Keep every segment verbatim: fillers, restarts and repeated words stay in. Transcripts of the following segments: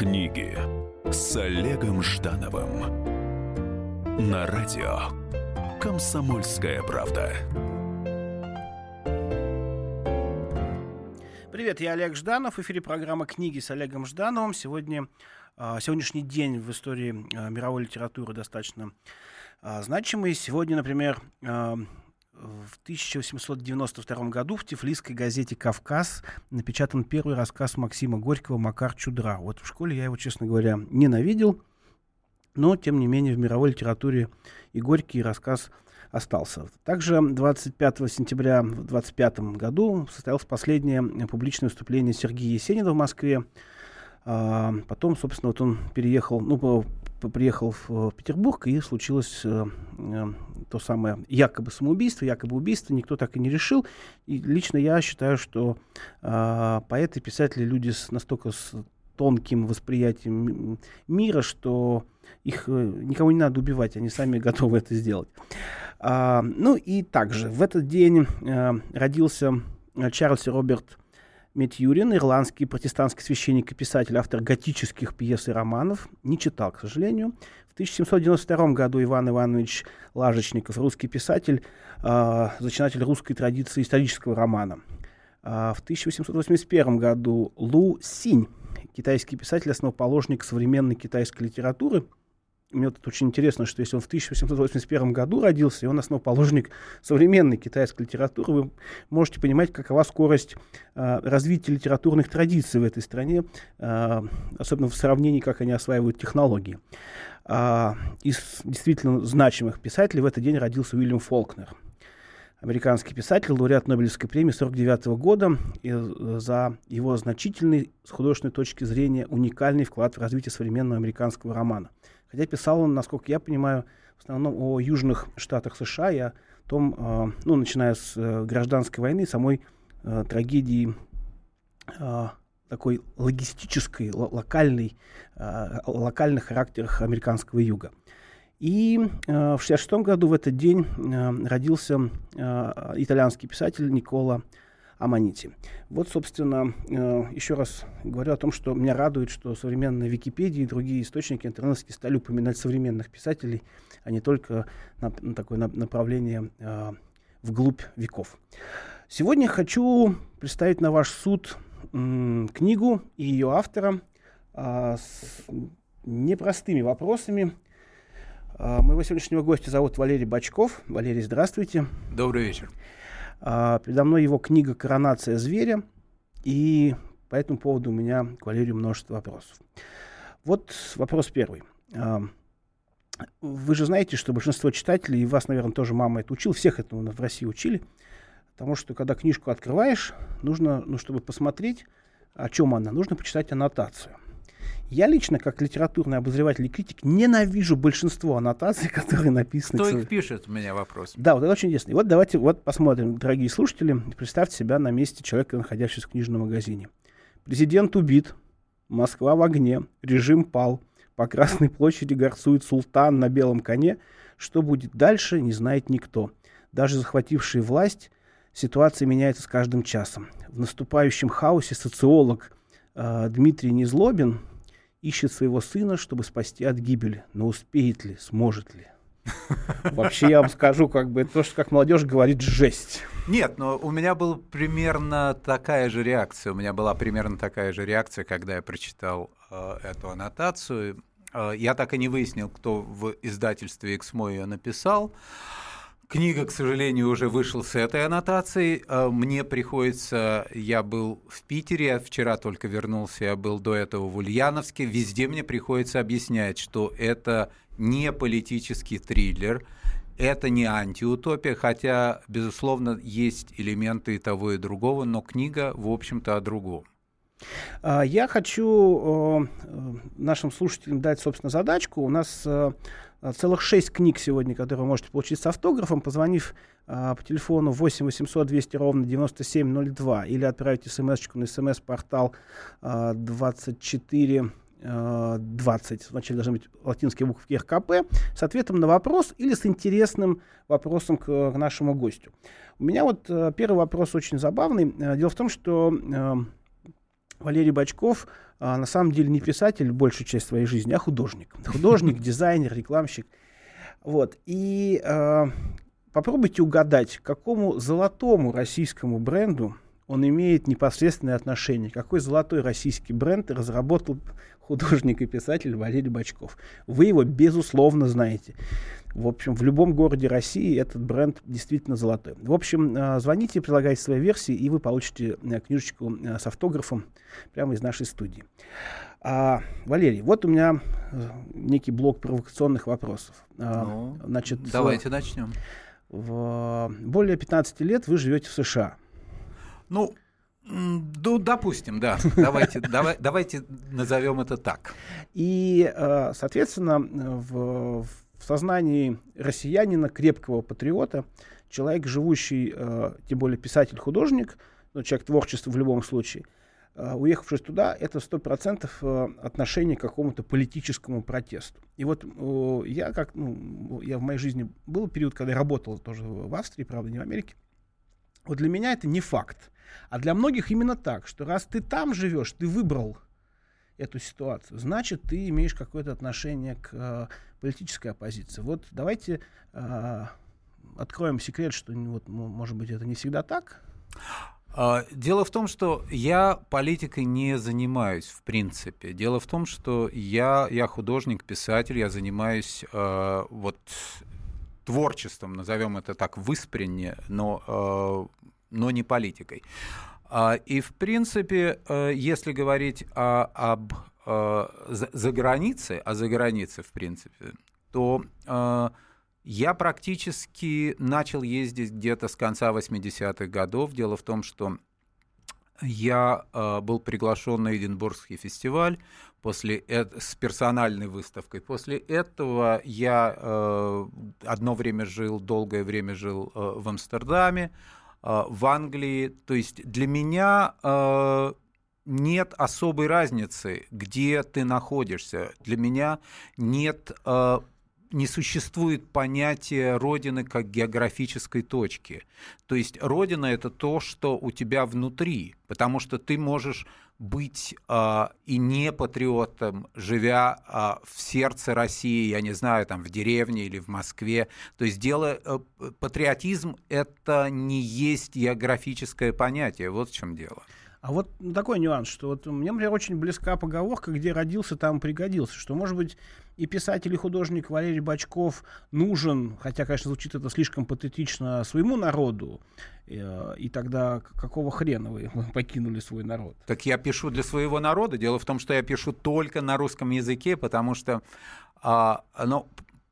Книги с Олегом Ждановым на радио «Комсомольская правда». Привет, я Олег Жданов. В эфире программа «Книги с Олегом Ждановым». Сегодня, сегодняшний день в истории мировой литературы достаточно значимый. Сегодня, например, в тысяча восемьсот девяносто втором году в тифлисской газете «Кавказ» напечатан первый рассказ Максима Горького «Макар Чудра». Вот в школе я его, честно говоря, ненавидел, но, тем не менее, в мировой литературе и Горький рассказ остался. Также двадцать пятого сентября в двадцать пятом году состоялось последнее публичное выступление Сергея Есенина в Москве. А потом, собственно, вот он переехал, ну, приехал в Петербург, и случилось э, э, то самое якобы самоубийство, якобы убийство, никто так и не решил. И лично я считаю, что э, поэты, писатели, люди с, настолько с тонким восприятием мира, что их э, никого не надо убивать, они сами готовы это сделать. А, ну и также в этот день э, родился Чарльз Роберт Метьюрин, ирландский протестантский священник и писатель, автор готических пьес и романов. Не читал, к сожалению. В тысяча семьсот девяносто втором году Иван Иванович Лажечников, русский писатель, э, зачинатель русской традиции исторического романа. А в тысяча восемьсот восемьдесят первом году Лу Синь, китайский писатель, основоположник современной китайской литературы. Мне вот очень интересно, что если он в тысяча восемьсот восемьдесят первом году родился, и он основоположник современной китайской литературы, вы можете понимать, какова скорость э, развития литературных традиций в этой стране, э, особенно в сравнении, как они осваивают технологии. А, из действительно значимых писателей в этот день родился Уильям Фолкнер, американский писатель, лауреат Нобелевской премии сорок девятого года, и за его значительный, с художественной точки зрения, уникальный вклад в развитие современного американского романа. Хотя писал он, насколько я понимаю, в основном о южных штатах США и о том, э, ну, начиная с э, гражданской войны, самой э, трагедии э, такой логистической, л- локальной, э, локальных характерах американского юга. И э, в шестьдесят шестом году в этот день э, родился э, итальянский писатель Никколо Аманити. Вот, собственно, э, еще раз говорю о том, что меня радует, что современная Википедия и другие источники интернетские стали упоминать современных писателей, а не только на, на такое на, направление э, вглубь веков. Сегодня хочу представить на ваш суд м, книгу и ее автора э, с непростыми вопросами. Э, моего сегодняшнего гостя зовут Валерий Бочков. Валерий, здравствуйте. Добрый вечер. Uh, передо мной его книга «Коронация зверя», и по этому поводу у меня к Валерию множество вопросов. Вот вопрос первый. Uh, вы же знаете, что большинство читателей, и вас, наверное, тоже мама это учила, всех это в России учили, потому что, когда книжку открываешь, нужно, ну, чтобы посмотреть, о чем она, нужно почитать аннотацию. Я лично, как литературный обозреватель и критик, ненавижу большинство аннотаций, которые написаны. Кто их пишет, у меня вопрос. Да, вот это очень интересно. И вот давайте вот посмотрим, дорогие слушатели, представьте себя на месте человека, находящегося в книжном магазине. Президент убит, Москва в огне, режим пал, по Красной площади горцует султан на белом коне. Что будет дальше, не знает никто. Даже захвативший власть, ситуация меняется с каждым часом. В наступающем хаосе социолог э, Дмитрий Незлобин ищет своего сына, чтобы спасти от гибели. Но успеет ли, сможет ли? Вообще, я вам скажу, как бы, то, что, как молодежь говорит, жесть. Нет, но у меня была примерно такая же реакция. У меня была примерно такая же реакция, когда я прочитал э, эту аннотацию. Э, я так и не выяснил, кто в издательстве «Эксмо» ее написал. Книга, к сожалению, уже вышла с этой аннотацией. Мне приходится... Я был в Питере, я вчера только вернулся, я был до этого в Ульяновске. Везде мне приходится объяснять, что это не политический триллер, это не антиутопия, хотя, безусловно, есть элементы и того, и другого, но книга, в общем-то, о другом. Я хочу нашим слушателям дать, собственно, задачку. У нас целых шесть книг сегодня, которые вы можете получить с автографом, позвонив а, по телефону восемь восемьсот двести ровно девяносто семь ноль два или отправить смс-очку на смс-портал а, двадцать четыре двадцать. Вначале должны быть латинские буквы эр ка пэ с ответом на вопрос или с интересным вопросом к, к нашему гостю. У меня вот а, первый вопрос очень забавный. Дело в том, что а, Валерий Бочков а, на самом деле не писатель большую часть своей жизни, а художник. Художник, дизайнер, рекламщик. Вот. И а, попробуйте угадать, к какому золотому российскому бренду он имеет непосредственное отношение. Какой золотой российский бренд разработал художник и писатель Валерий Бочков. Вы его, безусловно, знаете. В общем, в любом городе России этот бренд действительно золотой. В общем, звоните, предлагайте свои версии, и вы получите книжечку с автографом прямо из нашей студии. А, Валерий, вот у меня некий блок провокационных вопросов. Ну, Значит, давайте в, начнем. В более пятнадцати лет вы живете в США. Ну, ну, допустим, да. Давайте, давай, давайте назовем это так. И, соответственно, в, в сознании россиянина, крепкого патриота, человек, живущий, тем более писатель-художник, ну, человек творчества в любом случае, уехавший туда, это сто процентов отношение к какому-то политическому протесту. И вот я, как, ну, я в моей жизни был период, когда я работал тоже в Австрии, правда, не в Америке. Вот для меня это не факт. А для многих именно так, что раз ты там живешь, ты выбрал эту ситуацию, значит, ты имеешь какое-то отношение к э, политической оппозиции. Вот давайте э, откроем секрет, что вот, может быть, это не всегда так. Дело в том, что я политикой не занимаюсь, в принципе. Дело в том, что я, я художник, писатель, я занимаюсь э, вот, творчеством, назовем это так, выспренне, но... Э, но не политикой. И, в принципе, если говорить о, об за, за границей, о за границей, в принципе, то я практически начал ездить где-то с конца восьмидесятых годов. Дело в том, что я был приглашен на Эдинбургский фестиваль после, с персональной выставкой. После этого я одно время жил, долгое время жил в Амстердаме, в Англии. То есть для меня э, нет особой разницы, где ты находишься. Для меня нет, э, не существует понятия родины как географической точки. То есть родина — это то, что у тебя внутри, потому что ты можешь быть э, и не патриотом, живя э, в сердце России, я не знаю, там в деревне или в Москве. То есть дело, э, патриотизм — это не есть географическое понятие, вот в чем дело. А вот такой нюанс, что вот мне, например, очень близка поговорка, где родился, там пригодился, что, может быть, и писатель, и художник Валерий Бочков нужен, хотя, конечно, звучит это слишком патетично, своему народу, и, и тогда какого хрена вы покинули свой народ? Так я пишу для своего народа. Дело в том, что я пишу только на русском языке, потому что а, ну,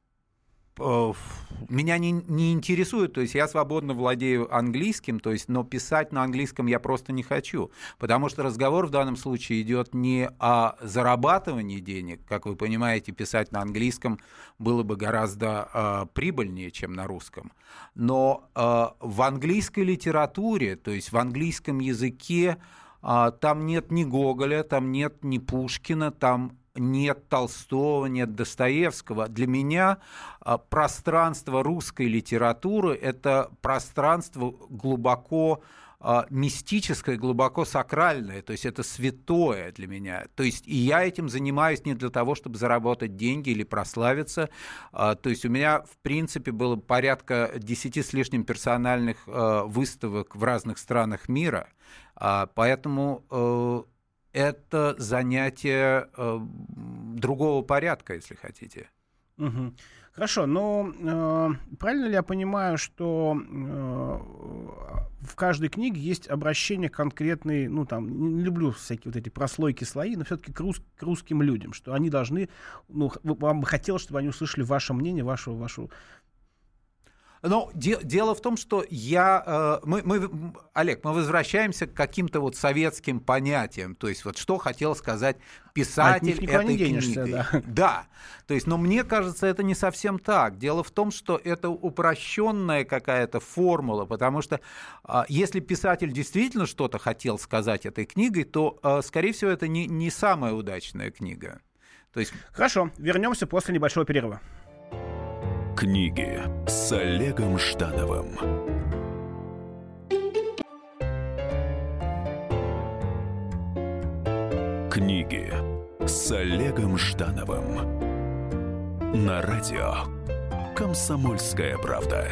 меня не, не интересует, то есть я свободно владею английским, то есть, но писать на английском я просто не хочу, потому что разговор в данном случае идет не о зарабатывании денег, как вы понимаете, писать на английском было бы гораздо э, прибыльнее, чем на русском, но э, в английской литературе, то есть в английском языке, э, там нет ни Гоголя, там нет ни Пушкина, там нет Толстого, нет Достоевского. Для меня пространство русской литературы — это пространство глубоко мистическое, глубоко сакральное, то есть это святое для меня. То есть и я этим занимаюсь не для того, чтобы заработать деньги или прославиться. То есть у меня, в принципе, было порядка десяти с лишним персональных выставок в разных странах мира, поэтому это занятие э, другого порядка, если хотите. Угу. Хорошо, но э, правильно ли я понимаю, что э, в каждой книге есть обращение к конкретной, ну там, не люблю всякие вот эти прослойки, слои, но все-таки к, рус, к русским людям, что они должны, ну, вам бы хотелось, чтобы они услышали ваше мнение, вашу, вашу Но де- дело в том, что я, э, мы, мы, Олег, мы возвращаемся к каким-то вот советским понятиям, то есть вот что хотел сказать писатель а этой не денешься, книги. Да. да, то есть, но мне кажется, это не совсем так. Дело в том, что это упрощенная какая-то формула, потому что э, если писатель действительно что-то хотел сказать этой книгой, то, э, скорее всего, это не, не самая удачная книга. То есть... Хорошо, вернемся после небольшого перерыва. Книги с Олегом Ждановым. Книги с Олегом Ждановым на радио «Комсомольская правда».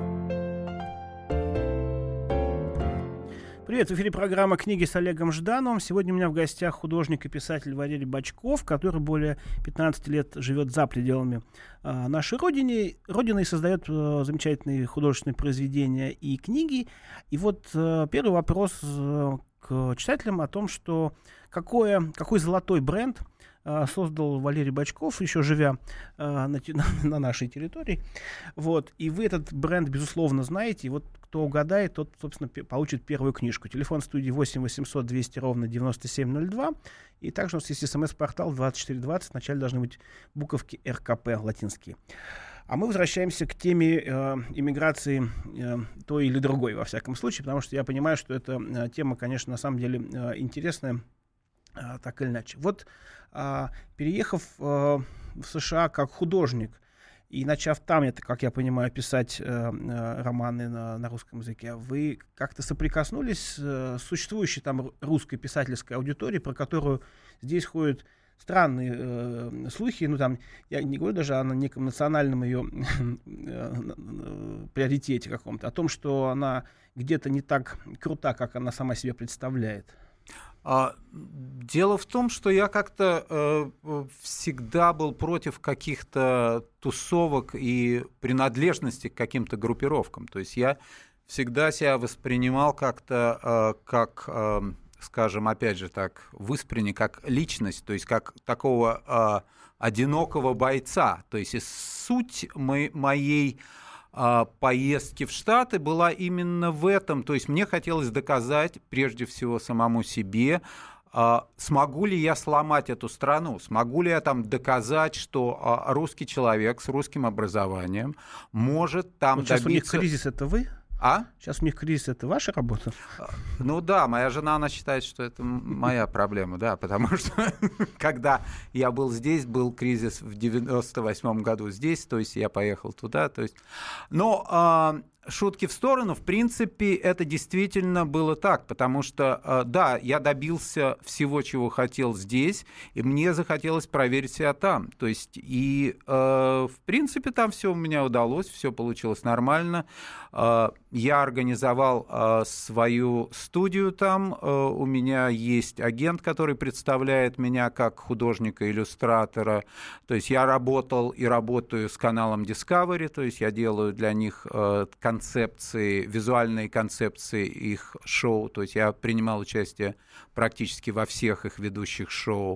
Привет, в эфире программа «Книги с Олегом Ждановым». Сегодня у меня в гостях художник и писатель Валерий Бочков, который более пятнадцати лет живет за пределами э, нашей родины, родины и создает э, замечательные художественные произведения и книги. И вот э, первый вопрос э, к читателям о том, что какое, какой золотой бренд э, создал Валерий Бочков, еще живя э, на, на, на нашей территории. Вот. И вы этот бренд, безусловно, знаете. И вот кто угадает, тот, собственно, получит первую книжку. Телефон студии восемь восемьсот двести ровно девяносто семь ноль два. И также у нас есть смс-портал двадцать четыре двадцать. Вначале должны быть буковки эр ка пэ латинские. А мы возвращаемся к теме э, иммиграции э, той или другой, во всяком случае, потому что я понимаю, что эта э, тема, конечно, на самом деле э, интересная, э, так или иначе. Вот э, переехав э, в США как художник, и начав там, это, как я понимаю, писать э, э, романы на, на русском языке, вы как-то соприкоснулись э, с существующей там русской писательской аудиторией, про которую здесь ходят странные э, слухи, ну там, я не говорю даже о неком национальном ее приоритете каком-то, о том, что она где-то не так крута, как она сама себе представляет. Дело в том, что я как-то э, всегда был против каких-то тусовок и принадлежности к каким-то группировкам. То есть я всегда себя воспринимал как-то э, как, э, скажем, опять же так, выспрени, как личность, то есть как такого э, одинокого бойца. То есть суть мо- моей поездки в Штаты была именно в этом. То есть мне хотелось доказать, прежде всего, самому себе, смогу ли я сломать эту страну, смогу ли я там доказать, что русский человек с русским образованием может там вот добиться... Сейчас у них кризис, это вы? А? Сейчас у них кризис, это ваша работа? Ну да, моя жена, она считает, что это моя проблема, да, потому что когда я был здесь, был кризис в девяносто восьмом году здесь, то есть я поехал туда, то есть... Но а, шутки в сторону, в принципе, это действительно было так, потому что, а, да, я добился всего, чего хотел здесь, и мне захотелось проверить себя там, то есть и, а, в принципе, там все у меня удалось, все получилось нормально. А, я организовал а, свою студию там, а, у меня есть агент, который представляет меня как художника-иллюстратора, то есть я работал и работаю с каналом Discovery, то есть я делаю для них а, концепции, визуальные концепции их шоу, то есть я принимал участие практически во всех их ведущих шоу.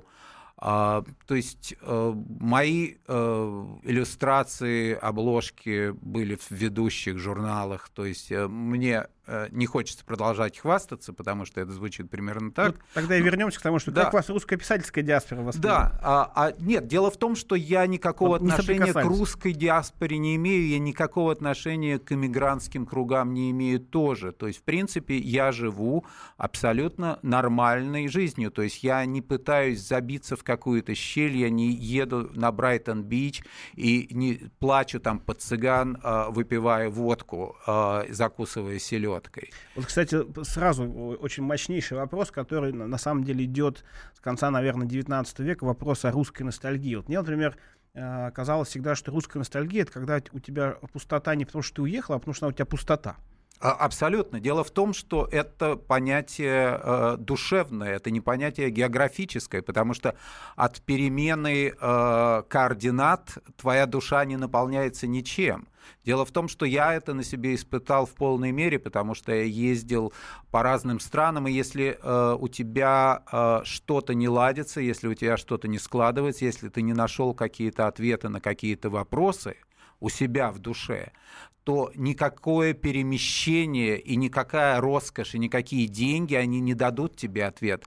А, то есть а, мои а, иллюстрации, обложки были в ведущих журналах, то есть а, мне а, не хочется продолжать хвастаться, потому что это звучит примерно так. Вот тогда и вернемся к тому, что да. Как вас русская писательская диаспора воспринимает? Да, а, а, нет, дело в том, что я никакого вот отношения к русской диаспоре не имею, я никакого отношения к эмигрантским кругам не имею тоже. То есть, в принципе, я живу абсолютно нормальной жизнью, то есть я не пытаюсь забиться в какую-то щель, я не еду на Брайтон-Бич и не плачу там под цыган, выпивая водку, закусывая селедкой. Вот, кстати, сразу очень мощнейший вопрос, который на самом деле идет с конца, наверное, девятнадцатого века, вопрос о русской ностальгии. Вот мне, например, казалось всегда, что русская ностальгия — это когда у тебя пустота не потому, что ты уехал, а потому что у тебя пустота. Абсолютно. Дело в том, что это понятие э, душевное, это не понятие географическое, потому что от перемены э, координат твоя душа не наполняется ничем. Дело в том, что я это на себе испытал в полной мере, потому что я ездил по разным странам, и если э, у тебя э, что-то не ладится, если у тебя что-то не складывается, если ты не нашел какие-то ответы на какие-то вопросы у себя в душе, то никакое перемещение и никакая роскошь, и никакие деньги, они не дадут тебе ответ.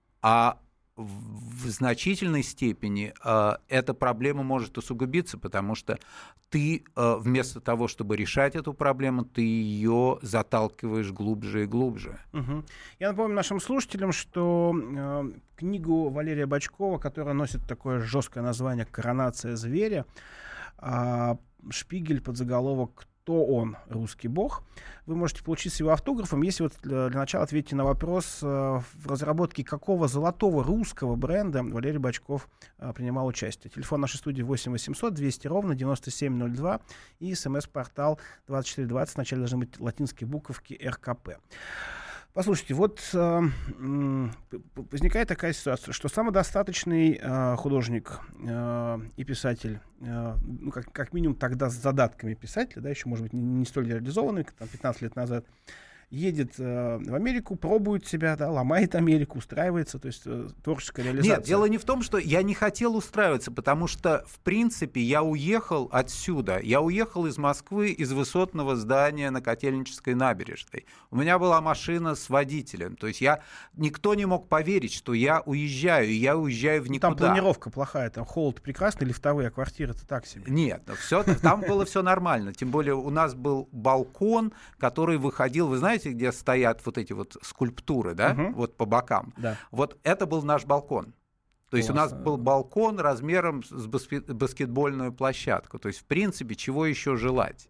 А в значительной степени э, эта проблема может усугубиться, потому что ты э, вместо того, чтобы решать эту проблему, ты ее заталкиваешь глубже и глубже. Угу. Я напомню нашим слушателям, что э, книгу Валерия Бочкова, которая носит такое жесткое название «Коронация зверя», э, Шпигель под заголовок кто он, русский бог. Вы можете получить с его автографом, если вот для, для начала ответите на вопрос, в разработке какого золотого русского бренда Валерий Бочков принимал участие. Телефон нашей студии восемь восемьсот двести ровно девяносто семь ноль два и смс-портал двадцать четыре двадцать. Вначале должны быть латинские буковки эр ка пэ. Послушайте, вот э, возникает такая ситуация, что самодостаточный э, художник э, и писатель, э, ну, как, как минимум тогда с задатками писателя, да, еще, может быть, не, не столь реализованный, как там, пятнадцать лет назад, едет э, в Америку, пробует себя, да, ломает Америку, устраивается, то есть э, творческая реализация. Нет, дело не в том, что я не хотел устраиваться, потому что, в принципе, я уехал отсюда. Я уехал из Москвы, из высотного здания на Котельнической набережной. У меня была машина с водителем. То есть я, никто не мог поверить, что я уезжаю, и я уезжаю в никуда. Там планировка плохая, там холод прекрасный, лифтовые, а квартиры-то так себе. Нет, все, там было все нормально. Тем более у нас был балкон, который выходил, вы знаете, где стоят вот эти вот скульптуры, да, uh-huh. вот по бокам. Да. Вот это был наш балкон. То есть Классно. У нас был балкон размером с баскетбольную площадку. То есть, в принципе, чего еще желать?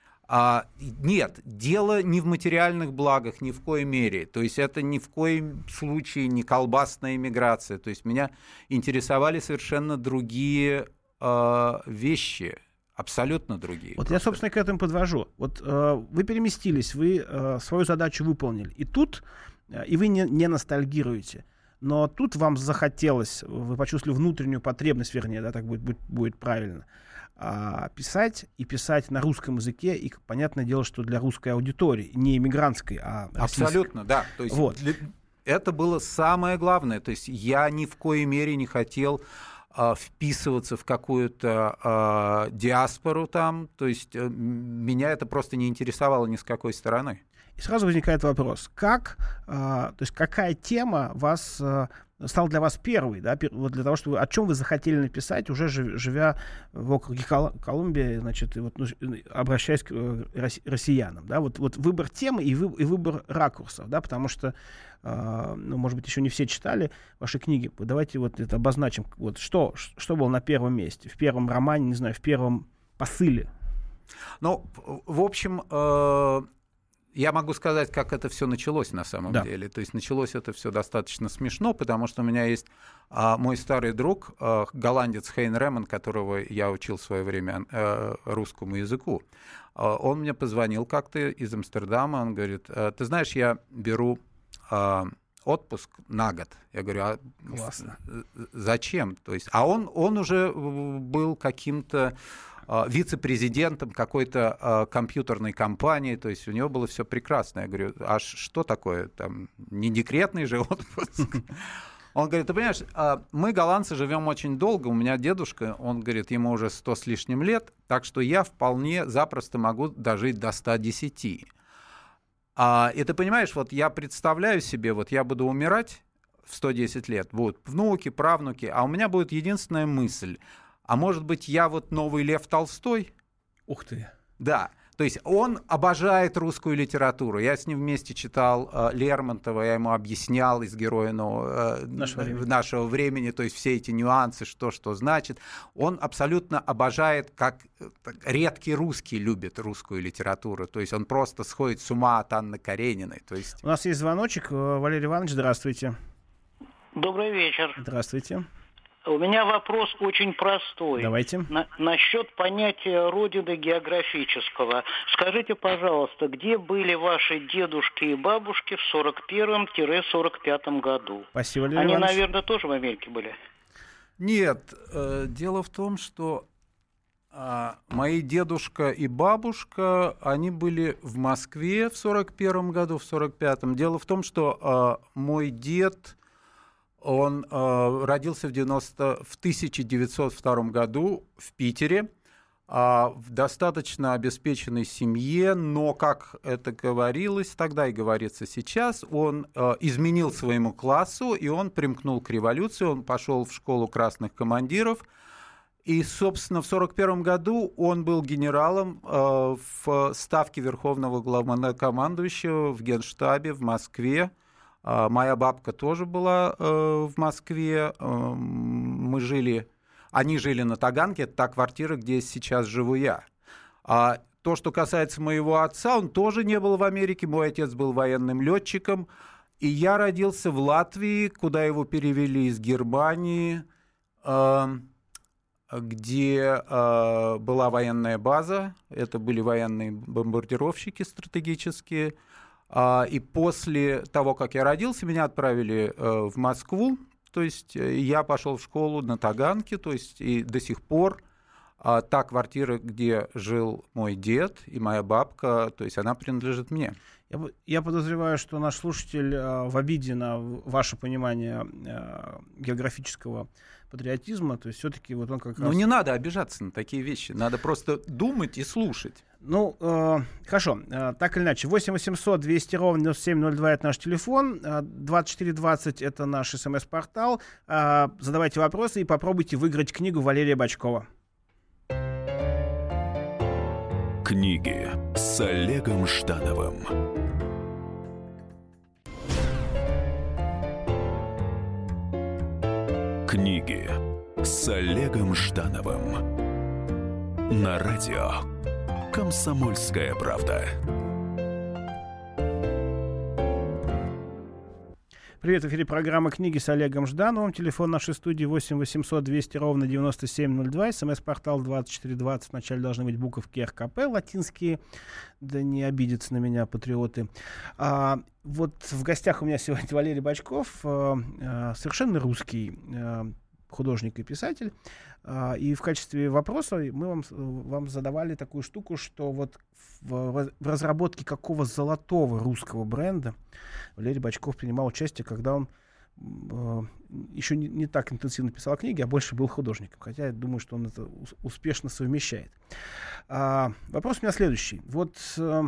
А, нет, дело не в материальных благах, ни в коей мере. То есть это ни в коем случае не колбасная эмиграция. То есть меня интересовали совершенно другие э, вещи. Абсолютно другие. Вот я, собственно, к этому подвожу. Вот э, вы переместились, вы э, свою задачу выполнили. И тут, э, и вы не, не ностальгируете, но тут вам захотелось, вы почувствовали внутреннюю потребность, вернее, да, так будет, будет, будет правильно, э, писать и писать на русском языке, и понятное дело, что для русской аудитории, не иммигрантской, а российской. Абсолютно, да. То есть вот. для... это было самое главное. То есть я ни в коей мере не хотел вписываться в какую-то э, диаспору там, то есть э, меня это просто не интересовало ни с какой стороны. И сразу возникает вопрос, как, э, то есть какая тема вас э, стала для вас первой, да, вот для того, чтобы о чем вы захотели написать, уже живя в округе Кол- Колумбия, значит, и вот, ну, обращаясь к э, россиянам, да, вот, вот выбор темы и, вы, и выбор ракурсов, да, потому что Uh, ну, может быть, еще не все читали ваши книги. Давайте вот это обозначим. Вот что, что было на первом месте? В первом романе, не знаю, в первом посыле? Ну, в общем, э, я могу сказать, как это все началось на самом да. деле. То есть началось это все достаточно смешно, потому что у меня есть э, мой старый друг, э, голландец Хейн Реман, которого я учил в свое время э, русскому языку. Э, он мне позвонил как-то из Амстердама. Он говорит, э, ты знаешь, я беру отпуск на год. Я говорю, а Классно. Зачем? То есть, а он, он уже был каким-то э, вице-президентом какой-то э, компьютерной компании, то есть у него было все прекрасно. Я говорю, а что такое? Там, не декретный же отпуск? Он говорит, ты понимаешь, мы, голландцы, живем очень долго. У меня дедушка, он говорит, ему уже сто с лишним лет, так что я вполне запросто могу дожить до ста десяти. А, и ты понимаешь, вот я представляю себе, вот я буду умирать в сто десять лет, будут внуки, правнуки, а у меня будет единственная мысль, а может быть, я вот новый Лев Толстой? Ух ты! Да, то есть он обожает русскую литературу. Я с ним вместе читал э, Лермонтова, я ему объяснял из «Героя ну, э, нашего, времени. нашего времени», то есть все эти нюансы, что что значит. Он абсолютно обожает, как так, редкий русский любит русскую литературу. То есть он просто сходит с ума от Анны Карениной. То есть... У нас есть звоночек. Валерий Иванович, здравствуйте. Добрый вечер. Здравствуйте. У меня вопрос очень простой. Давайте. На, насчет понятия родины географического. Скажите, пожалуйста, где были ваши дедушки и бабушки в сорок первом — сорок пятом году? Спасибо, Валерий Они, Иванович. наверное, тоже в Америке были? Нет. Э, дело в том, что э, мои дедушка и бабушка, они были в Москве в сорок первом году, в сорок пятом. Дело в том, что э, мой дед... Он э, родился в, девяносто, в тысяча девятьсот втором году в Питере, э, в достаточно обеспеченной семье, но, как это говорилось тогда и говорится сейчас, он э, изменил своему классу, и он примкнул к революции, он пошел в школу красных командиров, и, собственно, в сорок первом году он был генералом э, в ставке Верховного Главнокомандующего в Генштабе в Москве. Моя бабка тоже была э, в Москве. Э, мы жили, они жили на Таганке, это та квартира, где сейчас живу я. А, то, что касается моего отца, он тоже не был в Америке. Мой отец был военным летчиком. И я родился в Латвии, куда его перевели из Германии, где была военная база. Это были военные бомбардировщики стратегические. И после того, как я родился, меня отправили в Москву. То есть я пошел в школу на Таганке, то есть и до сих пор та квартира, где жил мой дед и моя бабка, то есть она принадлежит мне. Я, я подозреваю, что наш слушатель э, в обиде на ваше понимание э, географического патриотизма, то есть все-таки вот он как раз... Ну не надо обижаться на такие вещи, надо просто думать и слушать. Ну, э, хорошо, э, так или иначе, восемь восемьсот двести ровно девяносто семь ноль два это наш телефон, э, двадцать четыре двадцать это наш смс-портал. Э, задавайте вопросы и попробуйте выиграть книгу Валерия Бочкова. Книги с Олегом Ждановым. Книги с Олегом Ждановым. На радио «Комсомольская правда». Привет, в эфире программа «Книги» с Олегом Ждановым. Телефон нашей студии восемь восемьсот двести ровно девяносто семь ноль два. СМС-портал двадцать четыре двадцать. Вначале должны быть буковки эр ка пэ латинские. Да не обидятся на меня патриоты. А, вот в гостях у меня сегодня Валерий Бочков, а, а, совершенно русский а, художник и писатель. А, и в качестве вопроса мы вам, вам задавали такую штуку, что вот в, в разработке какого золотого русского бренда Валерий Бочков принимал участие, когда он э, еще не, не так интенсивно писал книги, а больше был художником. Хотя я думаю, что он это ус- успешно совмещает. А, вопрос у меня следующий. Вот э,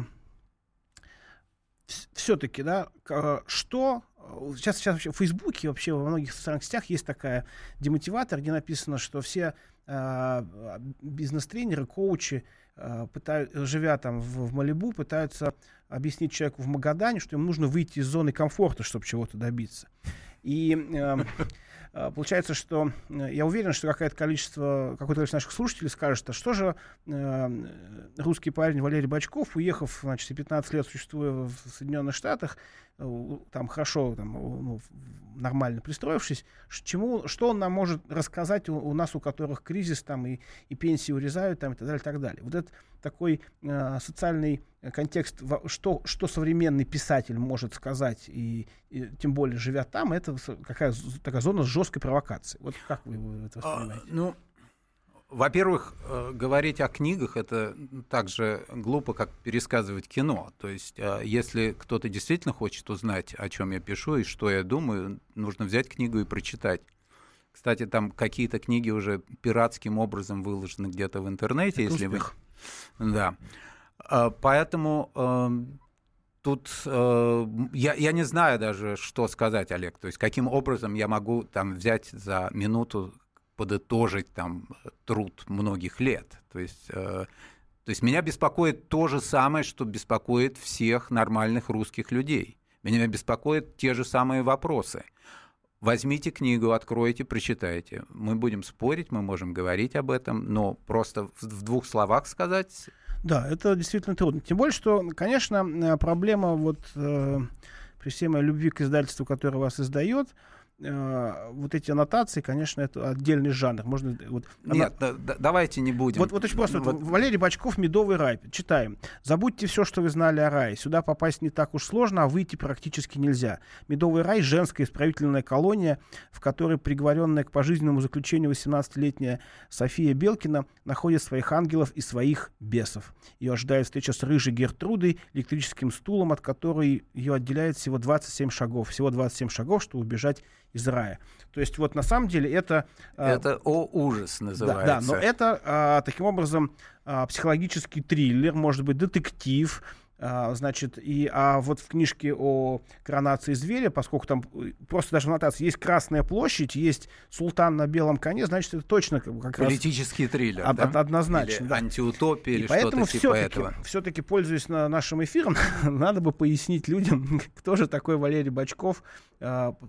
все-таки, да, что... Сейчас, сейчас вообще в Фейсбуке, вообще во многих социальных сетях есть такая демотиватор, где написано, что все э, бизнес-тренеры, коучи, э, пытают, живя там в, в Малибу, пытаются объяснить человеку в Магадане, что им нужно выйти из зоны комфорта, чтобы чего-то добиться. И э, получается, что я уверен, что какое-то количество, какое-то количество наших слушателей скажет, а что же э, русский парень Валерий Бочков, уехав, значит, пятнадцать лет существуя в Соединенных Штатах, там хорошо, там, ну, нормально пристроившись, чему, что он нам может рассказать у, у нас, у которых кризис там, и, и пенсии урезают там, и так далее, и так далее. Вот этот такой э, социальный контекст, что, что современный писатель может сказать, и, и тем более живя там, это какая такая зона с жесткой провокацией. Вот как вы это воспринимаете? А, ну, во-первых, э, говорить о книгах — это так же глупо, как пересказывать кино. То есть, э, если кто-то действительно хочет узнать, о чем я пишу и что я думаю, нужно взять книгу и прочитать. Кстати, там какие-то книги уже пиратским образом выложены где-то в интернете. Это если успех. Вы... Да. Э, поэтому э, тут э, я, я не знаю даже, что сказать, Олег. То есть, каким образом я могу там взять за минуту подытожить там труд многих лет. То есть, э, то есть меня беспокоит то же самое, что беспокоит всех нормальных русских людей. Меня беспокоят те же самые вопросы. Возьмите книгу, откройте, прочитайте. Мы будем спорить, мы можем говорить об этом, но просто в, в двух словах сказать... Да, это действительно трудно. Тем более, что, конечно, проблема вот э, при всей моей любви к издательству, которое вас издает, вот эти аннотации, конечно, это отдельный жанр. Можно, вот, Нет, она... да, давайте не будем. Вот, вот очень просто. Вот... Валерий Бочков «Медовый рай». Читаем. Забудьте все, что вы знали о рае. Сюда попасть не так уж сложно, а выйти практически нельзя. «Медовый рай» — женская исправительная колония, в которой приговоренная к пожизненному заключению восемнадцатилетняя София Белкина находит своих ангелов и своих бесов. Ее ожидает встреча с рыжей Гертрудой, электрическим стулом, от которой ее отделяет всего двадцать семь шагов. Всего двадцать семь шагов, чтобы убежать из рая. То есть вот на самом деле это... Это э, «О ужас» называется. Да, да, но это э, таким образом э, психологический триллер, может быть, детектив. Э, значит, и, а вот в книжке о коронации зверя, поскольку там просто даже в аннотации есть Красная площадь, есть султан на белом коне, значит, это точно как, как политический раз... триллер, од- да? Однозначно, или да. антиутопия, или поэтому что-то типа все-таки, этого. все-таки, пользуясь на нашим эфиром, надо бы пояснить людям, кто же такой Валерий Бочков, э,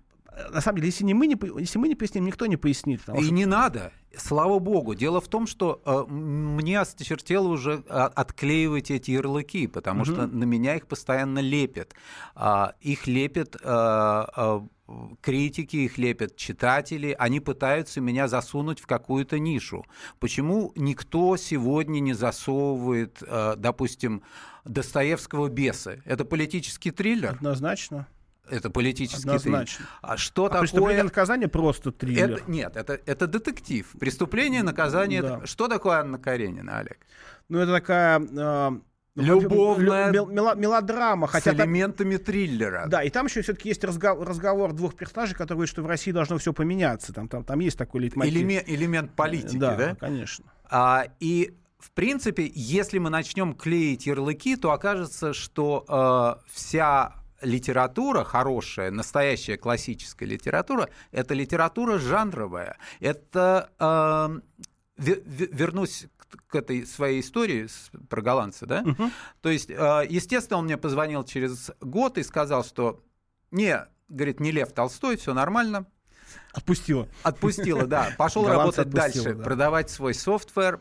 на самом деле, если, не мы, не, если мы не поясним, никто не пояснит. И что... не надо. Слава богу. Дело в том, что э, мне осточертело уже отклеивать эти ярлыки, потому угу. что на меня их постоянно лепят. А, их лепят... А, а, критики, их лепят читатели, они пытаются меня засунуть в какую-то нишу. Почему никто сегодня не засовывает, допустим, Достоевского «Бесы»? Это политический триллер? Однозначно. Это политический Однозначно. триллер. А что а такое... «Преступление и наказание» просто триллер. Это, нет, это, это детектив. «Преступление и наказание». Да. Это... Что такое Анна Каренина, Олег? Ну, это такая... Любовная мелодрама, хотя с элементами там, триллера. Да, и там еще все-таки есть разговор, разговор двух персонажей, которые говорят, что в России должно все поменяться. Там, там, там есть такой лейтмотив. Элемент, элемент политики, да? Да, конечно. А, и, в принципе, если мы начнем клеить ярлыки, то окажется, что э, вся литература хорошая, настоящая классическая литература, это литература жанровая. Это... Э, вернусь к этой своей истории про голландца, да? Uh-huh. То есть, естественно, он мне позвонил через год и сказал, что не, говорит, не Лев Толстой, все нормально. Отпустила. Отпустила, да. Пошел работать дальше, да. Продавать свой софтвер.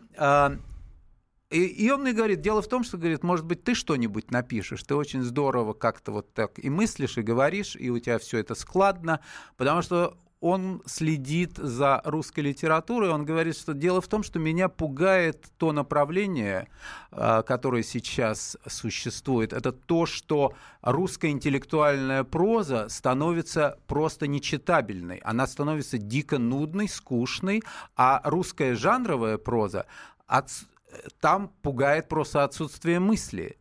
И, и он мне говорит, дело в том, что, говорит, может быть, ты что-нибудь напишешь, ты очень здорово как-то вот так и мыслишь, и говоришь, и у тебя все это складно, потому что он следит за русской литературой, он говорит, что дело в том, что меня пугает то направление, которое сейчас существует. Это то, что русская интеллектуальная проза становится просто нечитабельной. Она становится дико нудной, скучной, а русская жанровая проза от... там пугает просто отсутствие мысли.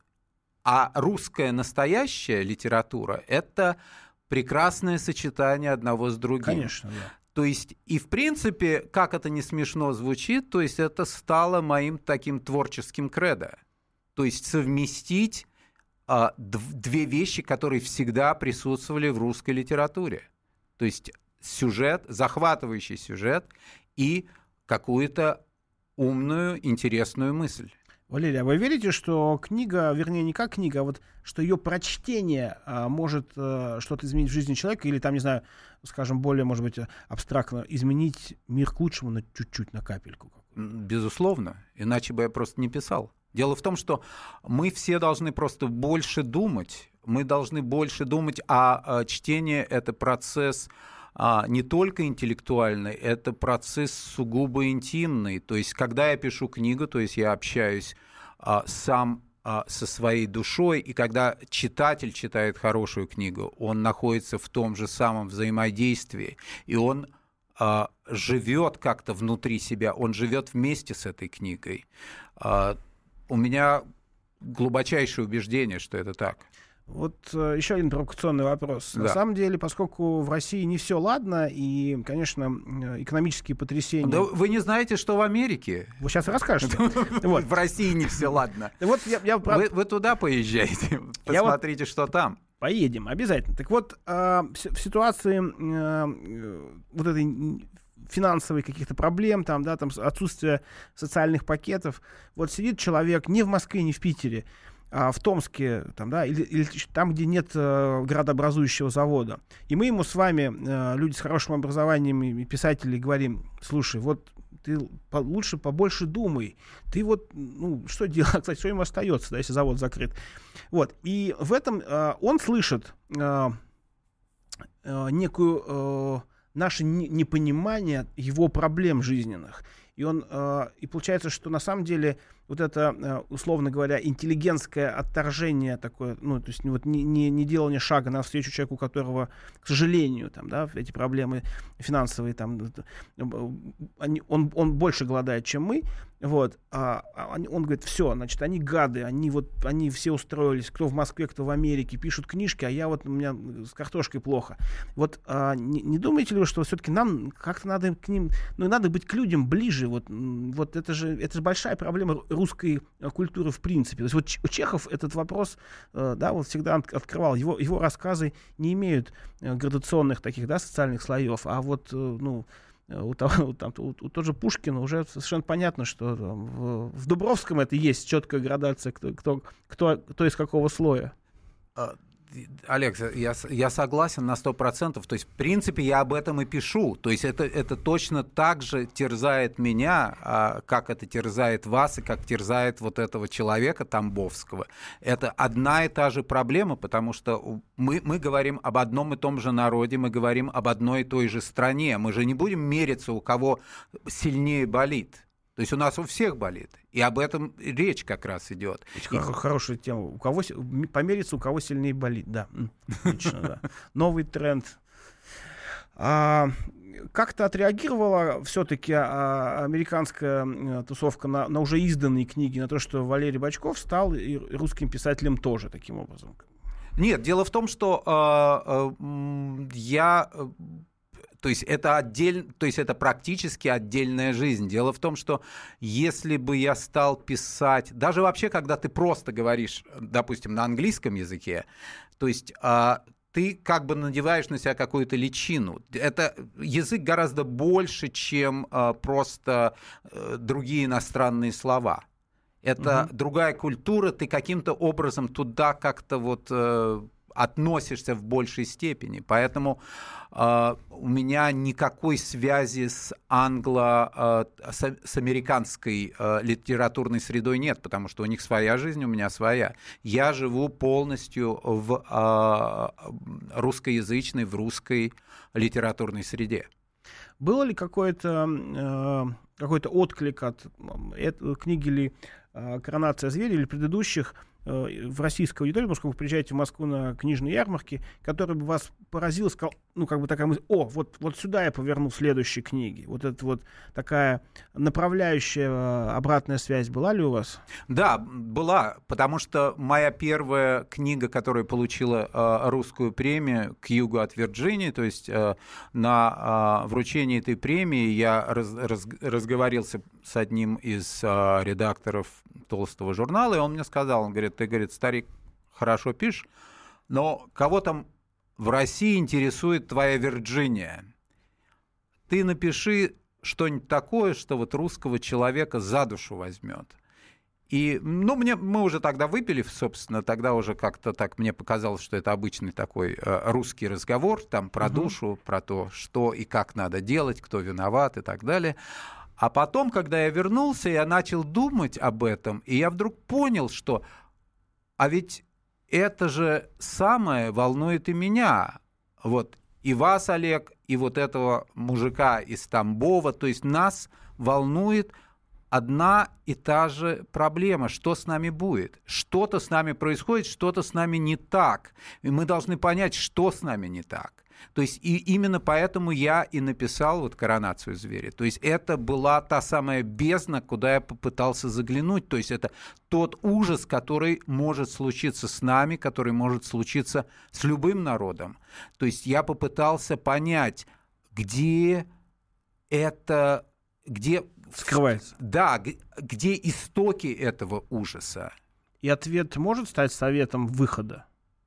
А русская настоящая литература – это... прекрасное сочетание одного с другим. Конечно, да. То есть, и в принципе, как это не смешно звучит, то есть это стало моим таким творческим кредо. То есть совместить а, д- две вещи, которые всегда присутствовали в русской литературе. То есть сюжет, захватывающий сюжет и какую-то умную, интересную мысль. Валерий, а вы верите, что книга, вернее, не как книга, а вот что ее прочтение а, может а, что-то изменить в жизни человека, или там, не знаю, скажем, более, может быть, абстрактно, изменить мир к лучшему на чуть-чуть, на капельку? Безусловно, иначе бы я просто не писал. Дело в том, что мы все должны просто больше думать, мы должны больше думать, а, а чтение — это процесс... А, не только интеллектуальный, это процесс сугубо интимный. То есть, когда я пишу книгу, то есть я общаюсь а, сам а, со своей душой, и когда читатель читает хорошую книгу, он находится в том же самом взаимодействии, и он а, живет как-то внутри себя, он живет вместе с этой книгой. А, у меня глубочайшее убеждение, что это так. Вот э, еще один провокационный вопрос. Да. На самом деле, поскольку в России не все ладно, и, конечно, экономические потрясения... Да вы не знаете, что в Америке? Вы сейчас расскажете. В России не все ладно. Вы туда поезжайте, посмотрите, что там. Поедем, обязательно. Так вот, в ситуации вот этой финансовых каких-то проблем, там, да, там отсутствия социальных пакетов, вот сидит человек не в Москве, не в Питере, а в Томске, там, да, или, или там, где нет э, градообразующего завода. И мы ему с вами, э, люди с хорошим образованием и писатели, говорим: слушай, вот ты по, лучше побольше думай. Ты вот, ну, что делать, кстати, что ему остается, да, если завод закрыт. Вот. И в этом э, он слышит э, э, некую э, наше непонимание его проблем жизненных. И, он, э, и получается, что на самом деле вот это, условно говоря, интеллигентское отторжение такое, ну, то есть вот не, не, не делание шага навстречу человеку, у которого, к сожалению, там, да, эти проблемы финансовые, там, они, он, он больше голодает, чем мы, вот, а, а он говорит: все, значит, они гады, они вот, они все устроились, кто в Москве, кто в Америке, пишут книжки, а я вот, у меня с картошкой плохо. Вот а, не, не думаете ли вы, что все-таки нам как-то надо к ним, ну, надо быть к людям ближе, вот, вот это же, это же большая проблема русской культуры в принципе. То есть вот Чехов этот вопрос, э, да, вот всегда открывал. Его, его рассказы не имеют э, градационных таких, да, социальных слоев, а вот, э, ну, у того, там, у, у того же Пушкина уже совершенно понятно, что там, в, в Дубровском это есть четкая градация, кто, кто, кто, кто из какого слоя. Олег, я, я согласен на сто процентов. То есть, в принципе, я об этом и пишу. То есть это, это точно так же терзает меня, как это терзает вас и как терзает вот этого человека Тамбовского. Это одна и та же проблема, потому что мы, мы говорим об одном и том же народе, мы говорим об одной и той же стране. Мы же не будем мериться, у кого сильнее болит. То есть у нас у всех болит. И об этом речь как раз идет. И... Хорошая тема. У кого помериться, у кого сильнее болит. Да. Отлично, да. Новый тренд. А, как-то отреагировала все-таки а, американская а, тусовка на, на уже изданные книги, на то, что Валерий Бочков стал и русским писателем тоже таким образом? Нет, дело в том, что э, э, я... То есть это отдель... то есть это практически отдельная жизнь. Дело в том, что если бы я стал писать, даже вообще, когда ты просто говоришь, допустим, на английском языке, то есть а, ты как бы надеваешь на себя какую-то личину. Это язык гораздо больше, чем а, просто а, другие иностранные слова. Это угу. другая культура, ты каким-то образом туда как-то вот э, относишься в большей степени. Поэтому э, у меня никакой связи с англо, э, с, с американской э, литературной средой нет, потому что у них своя жизнь, у меня своя. Я живу полностью в э, русскоязычной, в русской литературной среде. Было ли какой-то, э, какой-то отклик от э, книги ли «Коронация зверя» или предыдущих э, в российской аудитории, потому что вы приезжаете в Москву на книжные ярмарки, который бы вас поразил, сказал, ну, как бы такая мысль, о, вот, вот сюда я поверну в следующей книге. Вот это вот такая направляющая обратная связь была ли у вас? Да, была, потому что моя первая книга, которая получила э, русскую премию «К югу от Вирджинии», то есть э, на э, вручении этой премии я раз, раз, разговорился с одним из э, редакторов толстого журнала, и он мне сказал, он говорит, ты, говорит, старик, хорошо пишешь, но кого там в России интересует твоя Вирджиния? Ты напиши что-нибудь такое, что вот русского человека за душу возьмет. И, ну, мне, мы уже тогда выпили, собственно, тогда уже как-то так мне показалось, что это обычный такой э, русский разговор, там, про угу. душу, про то, что и как надо делать, кто виноват и так далее. А потом, когда я вернулся, я начал думать об этом, и я вдруг понял, что, а ведь это же самое волнует и меня, вот, и вас, Олег, и вот этого мужика из Тамбова, то есть нас волнует одна и та же проблема, что с нами будет. Что-то с нами происходит, что-то с нами не так, и мы должны понять, что с нами не так. То есть и именно поэтому я и написал вот «Коронацию зверя». То есть это была та самая бездна, куда я попытался заглянуть. То есть это тот ужас, который может случиться с нами, который может случиться с любым народом. То есть я попытался понять, где это... где скрывается. Да, где истоки этого ужаса. И ответ может стать советом выхода?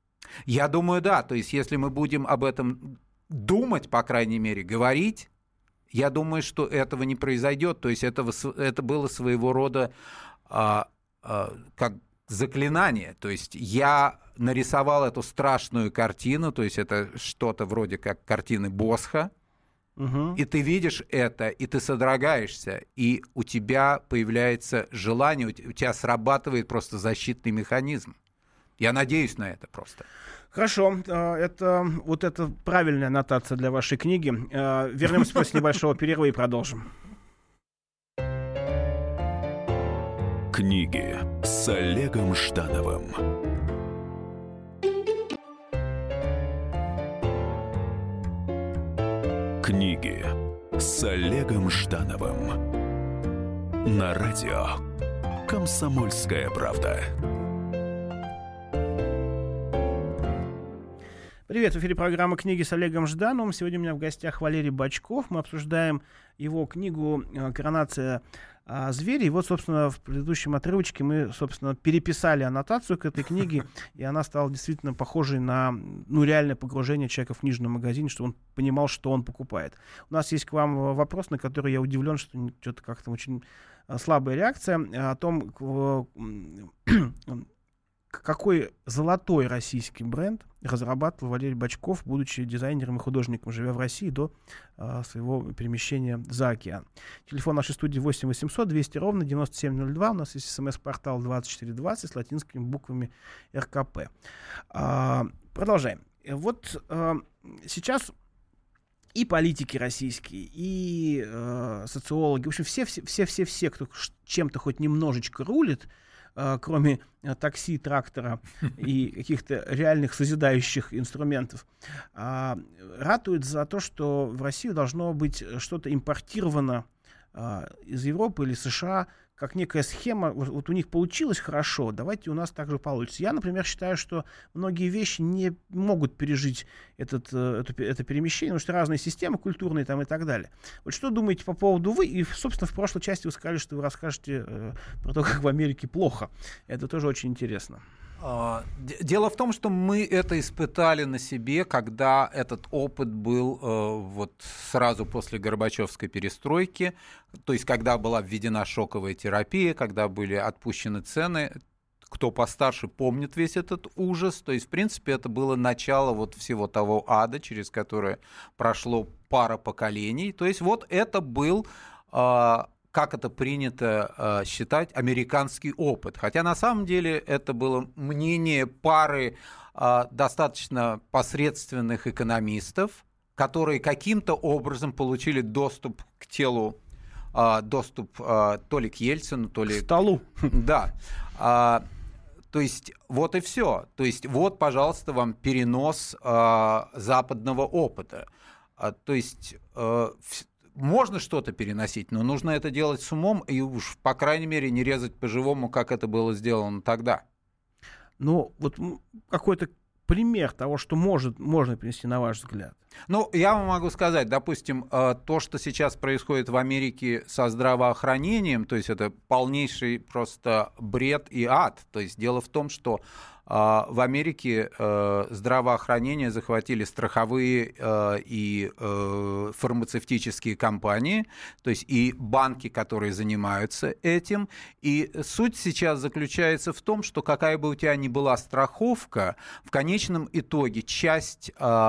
Я думаю, да. То есть, если мы будем об этом думать, по крайней мере, говорить, я думаю, что этого не произойдет. То есть, этого, это было своего рода а, а, как заклинание. То есть, я нарисовал эту страшную картину, то есть, это что-то вроде как картины Босха, угу. И ты видишь это, и ты содрогаешься, и у тебя появляется желание, у тебя срабатывает просто защитный механизм. Я надеюсь на это просто. Хорошо, это вот это правильная аннотация для вашей книги. Вернемся после небольшого перерыва и продолжим. Книги с Олегом Ждановым. Книги с Олегом Ждановым. На радио «Комсомольская правда». Привет, в эфире программа «Книги с Олегом Ждановым». Сегодня у меня в гостях Валерий Бочков. Мы обсуждаем его книгу «Коронация зверя». И вот, собственно, в предыдущем отрывочке мы, собственно, переписали аннотацию к этой книге, и она стала действительно похожей на, ну, реальное погружение человека в книжный магазин, что он понимал, что он покупает. У нас есть к вам вопрос, на который я удивлен, что что-то как-то очень слабая реакция, о том, какой золотой российский бренд разрабатывал Валерий Бочков, будучи дизайнером и художником, живя в России до а, своего перемещения за океан. Телефон нашей студии восемь восемьсот двести ровно девяносто семь ноль два. У нас есть смс-портал двадцать четыре двадцать с латинскими буквами эр ка пэ. А, продолжаем. Вот а, сейчас и политики российские, и э, социологи, в общем, все-все-все, кто чем-то хоть немножечко рулит, э, кроме э, такси, трактора и каких-то реальных созидающих инструментов, э, ратуют за то, что в Россию должно быть что-то импортировано э, из Европы или США, как некая схема, вот, вот у них получилось хорошо, давайте у нас также получится. Я, например, считаю, что многие вещи не могут пережить этот, это, это перемещение, потому что разные системы культурные там и так далее. Вот что думаете по поводу вы? И, собственно, в прошлой части вы сказали, что вы расскажете э, про то, как в Америке плохо. Это тоже очень интересно. Дело в том, что мы это испытали на себе, когда этот опыт был э, вот сразу после Горбачевской перестройки, то есть когда была введена шоковая терапия, когда были отпущены цены. Кто постарше помнит весь этот ужас, то есть в принципе это было начало вот всего того ада, через которое прошло пара поколений. То есть вот это был... Э, как это принято э, считать, американский опыт. Хотя на самом деле это было мнение пары э, достаточно посредственных экономистов, которые каким-то образом получили доступ к телу, э, доступ э, то ли к Ельцину, то ли... К столу. Да. Э, то есть вот и все. То есть вот, пожалуйста, вам перенос э, западного опыта. Э, то есть... Э, Можно что-то переносить, но нужно это делать с умом и уж, по крайней мере, не резать по-живому, как это было сделано тогда. Ну, вот какой-то пример того, что может, можно принести, на ваш взгляд. Ну, я вам могу сказать, допустим, то, что сейчас происходит в Америке со здравоохранением, то есть это полнейший просто бред и ад. То есть дело в том, что в Америке здравоохранение захватили страховые и фармацевтические компании, то есть и банки, которые занимаются этим. И суть сейчас заключается в том, что какая бы у тебя ни была страховка, в конечном итоге часть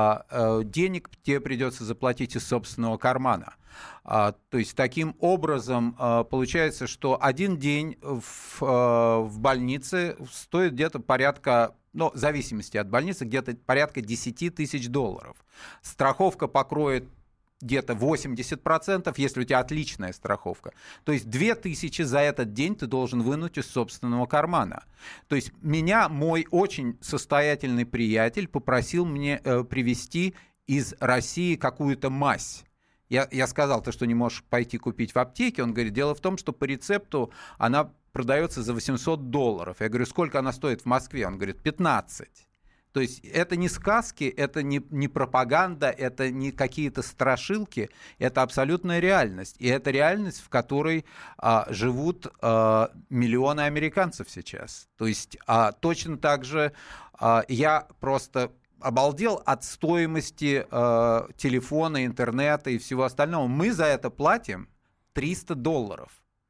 денег тебе придется заплатить из собственного кармана. А, то есть таким образом а, получается, что один день в, а, в больнице стоит где-то порядка, ну, в зависимости от больницы, где-то порядка десять тысяч долларов. Страховка покроет где-то восемьдесят процентов, если у тебя отличная страховка. То есть две тысячи за этот день ты должен вынуть из собственного кармана. То есть меня мой очень состоятельный приятель попросил мне э, привезти из России какую-то мазь. Я, я сказал, ты что, не можешь пойти купить в аптеке? Он говорит, дело в том, что по рецепту она продается за восемьсот долларов. Я говорю, сколько она стоит в Москве? Он говорит, пятнадцать. То есть это не сказки, это не, не пропаганда, это не какие-то страшилки, это абсолютная реальность. И это реальность, в которой а, живут а, миллионы американцев сейчас. То есть а, точно так же а, я просто... обалдел от стоимости э, телефона, интернета и всего остального. Мы за это платим триста долларов,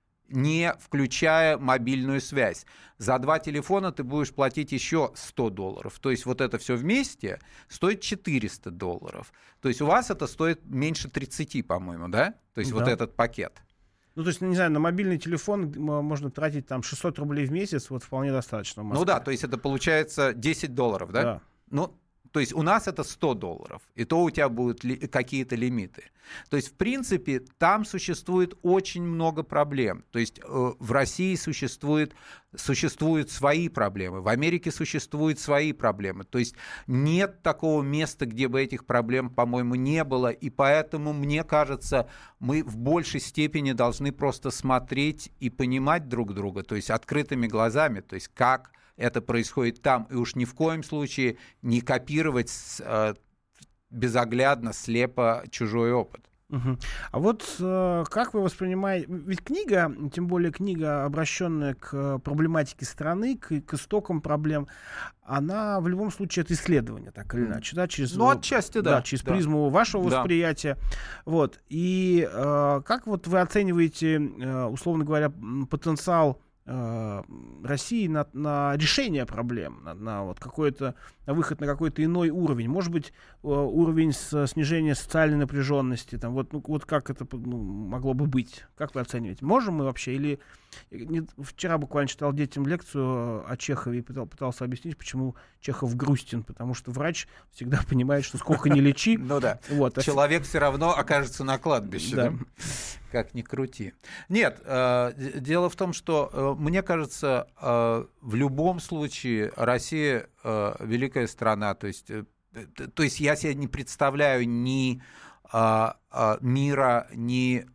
не включая мобильную связь. За два телефона ты будешь платить еще сто долларов. То есть вот это все вместе стоит четыреста долларов. То есть у вас это стоит меньше тридцати, по-моему, да? То есть да. Вот этот пакет. Ну, то есть, не знаю, на мобильный телефон можно тратить там шестьсот рублей в месяц, вот вполне достаточно. Ну да, то есть это получается десять долларов, да? Да. Ну, то есть у нас это сто долларов, и то у тебя будут ли, какие-то лимиты. То есть, в принципе, там существует очень много проблем. То есть э, в России существует, существуют свои проблемы, в Америке существуют свои проблемы. То есть нет такого места, где бы этих проблем, по-моему, не было. И поэтому, мне кажется, мы в большей степени должны просто смотреть и понимать друг друга, то есть открытыми глазами, то есть как это происходит там, и уж ни в коем случае не копировать э, безоглядно, слепо чужой опыт. Угу. А вот э, как вы воспринимаете... Ведь книга, тем более книга, обращенная к проблематике страны, к, к истокам проблем, она в любом случае это исследование, так или иначе, да, через, ну, отчасти, да, да, через да. призму вашего да. восприятия. Вот. И э, как вот вы оцениваете, э, условно говоря, потенциал э, России на, на решение проблем, на, на, вот какой-то, на выход на какой-то иной уровень. Может быть, э, уровень с, снижения социальной напряженности. Там, вот, ну, вот как это ну, могло бы быть? Как вы оцениваете? Можем мы вообще? Или не, вчера буквально читал детям лекцию о Чехове и пытал, пытался объяснить, почему Чехов грустен. Потому что врач всегда понимает, что сколько ни лечи. Ну да, человек все равно окажется на кладбище. Как ни крути. Нет, дело в том, что, мне кажется, в любом случае Россия великая страна. То есть, то есть я себе не представляю ни мира, ни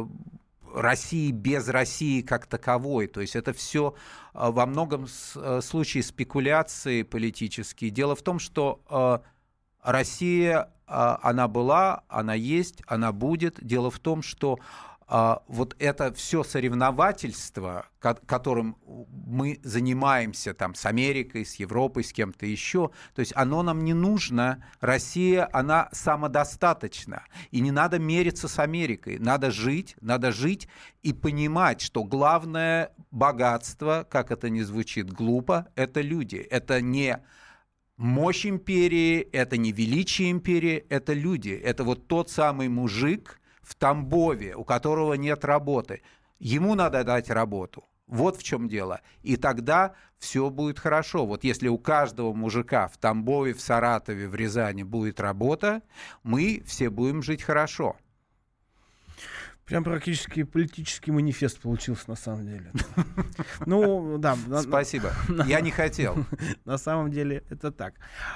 России без России как таковой. То есть это все во многом случае спекуляции политические. Дело в том, что Россия, она была, она есть, она будет. Дело в том, что вот это все соревновательство, которым мы занимаемся там, с Америкой, с Европой, с кем-то еще, то есть оно нам не нужно. Россия, она самодостаточна. И не надо мериться с Америкой. Надо жить, надо жить и понимать, что главное богатство, как это ни звучит глупо, это люди. Это не мощь империи, это не величие империи, это люди. Это вот тот самый мужик в Тамбове, у которого нет работы. Ему надо дать работу. Вот в чем дело. И тогда все будет хорошо. Вот если у каждого мужика в Тамбове, в Саратове, в Рязани будет работа, мы все будем жить хорошо. Прям практически политический манифест получился на самом деле. Ну, да. Спасибо. Я не хотел. На самом деле это так.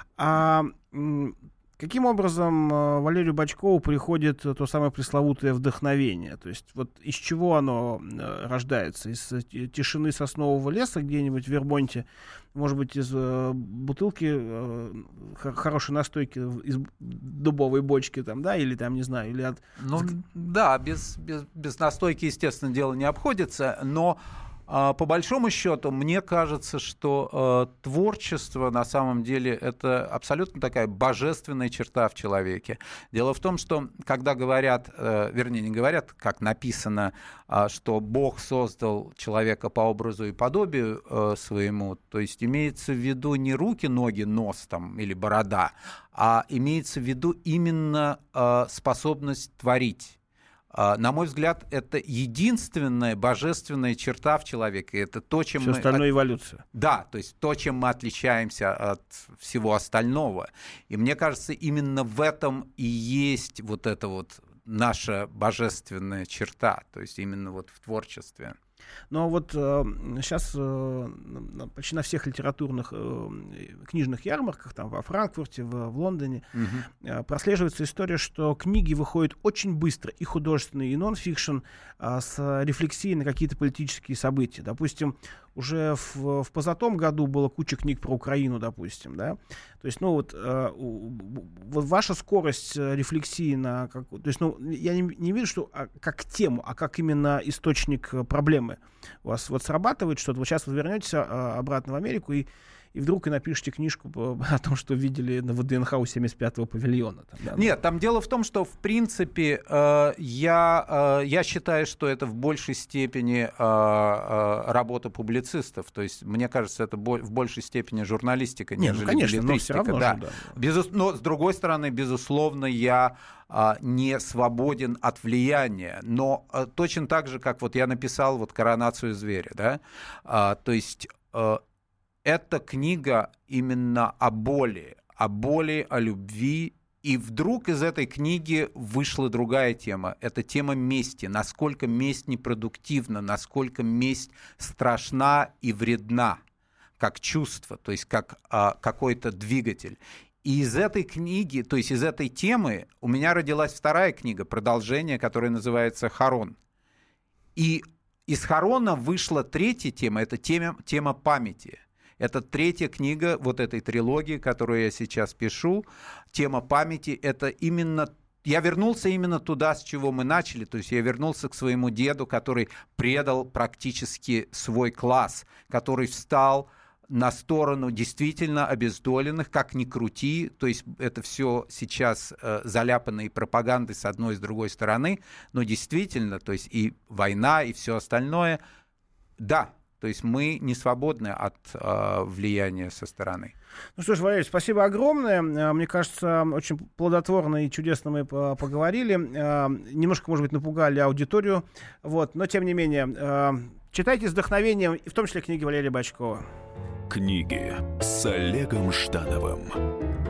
А каким образом Валерию Бочкову приходит то самое пресловутое вдохновение? То есть вот из чего оно рождается? Из тишины соснового леса где-нибудь в Вермонте? Может быть, из бутылки хорошей настойки, из дубовой бочки, там, да, или там, не знаю, или от... Ну, да, без, без, без настойки, естественно, дело не обходится, но по большому счету, мне кажется, что э, творчество на самом деле это абсолютно такая божественная черта в человеке. Дело в том, что когда говорят, э, вернее, не говорят, как написано, э, что Бог создал человека по образу и подобию э, своему, то есть имеется в виду не руки, ноги, нос там, или борода, а имеется в виду именно э, способность творить. На мой взгляд, это единственная божественная черта в человеке. Это то, чем Все мы... остальное эволюция. Да, то есть то, чем мы отличаемся от всего остального. И мне кажется, именно в этом и есть вот эта вот наша божественная черта. То есть именно вот в творчестве. Но вот э, сейчас э, почти на всех литературных э, книжных ярмарках, там во Франкфурте, в, в Лондоне, угу. э, прослеживается история, что книги выходят очень быстро, и художественные, и нон-фикшн, э, с рефлексией на какие-то политические события. Допустим, уже в, в позатом году было куча книг про Украину, допустим, да. То есть, ну вот, э, вот ваша скорость рефлексии на, как, то есть, ну, я не, не вижу, что а, как тему, а как именно источник проблемы у вас вот срабатывает что-то. Вот сейчас вы вернетесь а, обратно в Америку и и вдруг и напишите книжку о том, что видели на ВДНХ у семьдесят пятого павильона. Там, да? Нет, там дело в том, что, в принципе, э, я, э, я считаю, что это в большей степени э, э, работа публицистов. То есть, мне кажется, это бо- в большей степени журналистика, Нет, нежели ну, конечно, билетристика. Но, все равно да. же, да. Безус... Но, с другой стороны, безусловно, я э, не свободен от влияния. Но э, точно так же, как вот я написал вот «Коронацию зверя», да, э, то есть... Э, Это книга именно о боли, о боли, о любви. И вдруг из этой книги вышла другая тема. Это тема мести. Насколько месть непродуктивна, насколько месть страшна и вредна, как чувство, то есть как а, какой-то двигатель. И из этой книги, то есть из этой темы у меня родилась вторая книга, продолжение, которая называется «Харон». И из «Харона» вышла третья тема, это тема, тема памяти. Это третья книга вот этой трилогии, которую я сейчас пишу. Тема памяти — это именно... Я вернулся именно туда, с чего мы начали. То есть я вернулся к своему деду, который предал практически свой класс, который встал на сторону действительно обездоленных, как ни крути. То есть это все сейчас э, заляпанной пропагандой с одной и с другой стороны. Но действительно, то есть и война, и все остальное. Да. То есть мы не свободны от э, влияния со стороны. Ну что ж, Валерий, спасибо огромное. Мне кажется, очень плодотворно и чудесно мы поговорили. Немножко, может быть, напугали аудиторию. Вот. Но, тем не менее, читайте с вдохновением, и в том числе книги Валерия Бачкова. Книги с Олегом Ждановым.